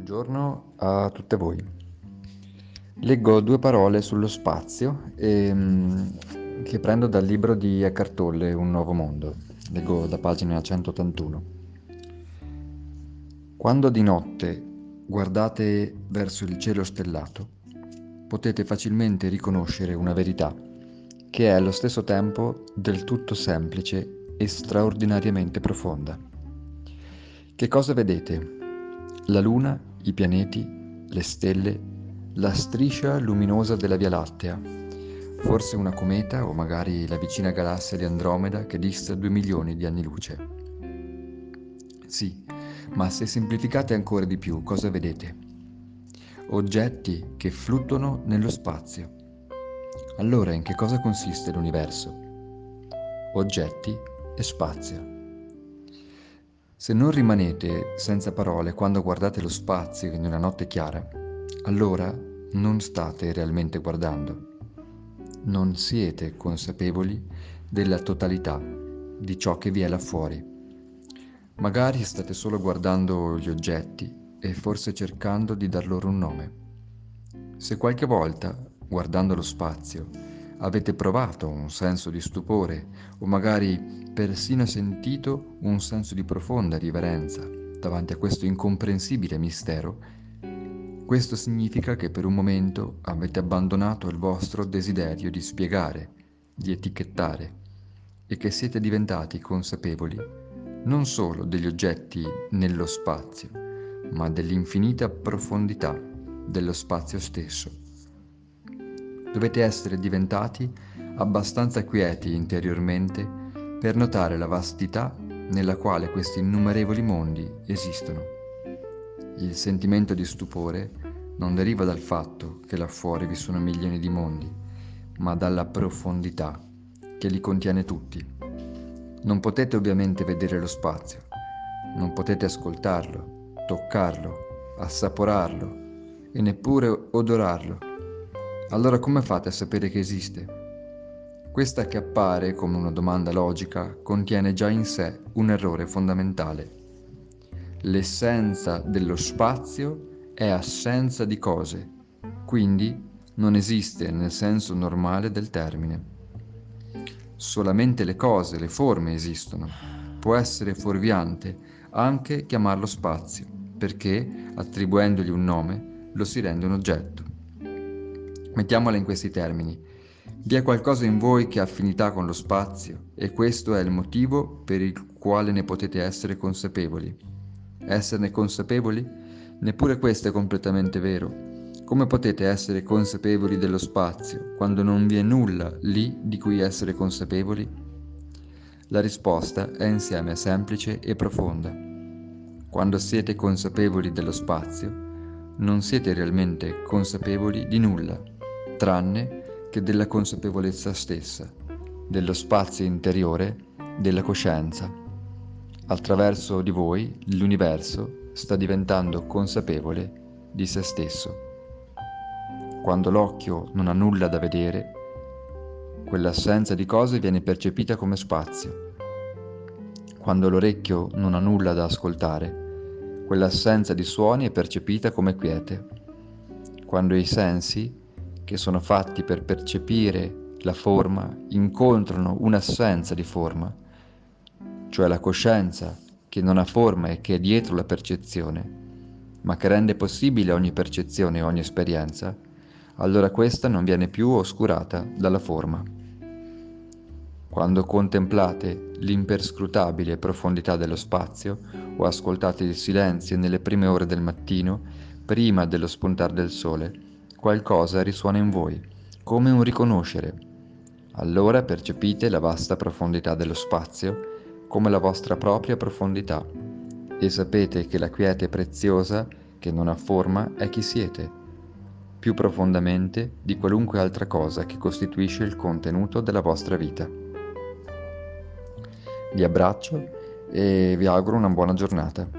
Buongiorno a tutte voi. Leggo due parole sullo spazio che prendo dal libro di Eckhart Tolle, Un nuovo mondo. Leggo da pagina 181. Quando di notte guardate verso il cielo stellato, potete facilmente riconoscere una verità che è allo stesso tempo del tutto semplice e straordinariamente profonda. Che cosa vedete? La Luna, i pianeti, le stelle, la striscia luminosa della Via Lattea, forse una cometa o magari la vicina galassia di Andromeda che dista 2 milioni di anni luce. Sì, ma se semplificate ancora di più, cosa vedete? Oggetti che fluttuano nello spazio. Allora, in che cosa consiste l'universo? Oggetti e spazio. Se non rimanete senza parole quando guardate lo spazio in una notte chiara, allora non state realmente guardando. Non siete consapevoli della totalità di ciò che vi è là fuori. Magari state solo guardando gli oggetti e forse cercando di dar loro un nome. Se qualche volta, guardando lo spazio, avete provato un senso di stupore o magari persino sentito un senso di profonda riverenza davanti a questo incomprensibile mistero, questo significa che per un momento avete abbandonato il vostro desiderio di spiegare, di etichettare e che siete diventati consapevoli non solo degli oggetti nello spazio, ma dell'infinita profondità dello spazio stesso. Dovete essere diventati abbastanza quieti interiormente per notare la vastità nella quale questi innumerevoli mondi esistono. Il sentimento di stupore non deriva dal fatto che là fuori vi sono milioni di mondi, ma dalla profondità che li contiene tutti. Non potete ovviamente vedere lo spazio, non potete ascoltarlo, toccarlo, assaporarlo e neppure odorarlo. Allora come fate a sapere che esiste? Questa che appare come una domanda logica contiene già in sé un errore fondamentale. L'essenza dello spazio è assenza di cose, quindi non esiste nel senso normale del termine. Solamente le cose, le forme esistono. Può essere fuorviante anche chiamarlo spazio, perché, attribuendogli un nome, lo si rende un oggetto. Mettiamola in questi termini. Vi è qualcosa in voi che ha affinità con lo spazio e questo è il motivo per il quale ne potete essere consapevoli. Esserne consapevoli? Neppure questo è completamente vero. Come potete essere consapevoli dello spazio quando non vi è nulla lì di cui essere consapevoli? La risposta è insieme semplice e profonda. Quando siete consapevoli dello spazio, non siete realmente consapevoli di nulla, tranne che della consapevolezza stessa, dello spazio interiore, della coscienza. Attraverso di voi l'universo sta diventando consapevole di se stesso. Quando l'occhio non ha nulla da vedere, quell'assenza di cose viene percepita come spazio. Quando l'orecchio non ha nulla da ascoltare, quell'assenza di suoni è percepita come quiete. Quando i sensi, che sono fatti per percepire la forma, incontrano un'assenza di forma, cioè la coscienza che non ha forma e che è dietro la percezione, ma che rende possibile ogni percezione e ogni esperienza, allora questa non viene più oscurata dalla forma. Quando contemplate l'imperscrutabile profondità dello spazio o ascoltate il silenzio nelle prime ore del mattino, prima dello spuntar del sole, qualcosa risuona in voi, come un riconoscere. Allora percepite la vasta profondità dello spazio come la vostra propria profondità e sapete che la quiete preziosa, che non ha forma, è chi siete, più profondamente di qualunque altra cosa che costituisce il contenuto della vostra vita. Vi abbraccio e vi auguro una buona giornata.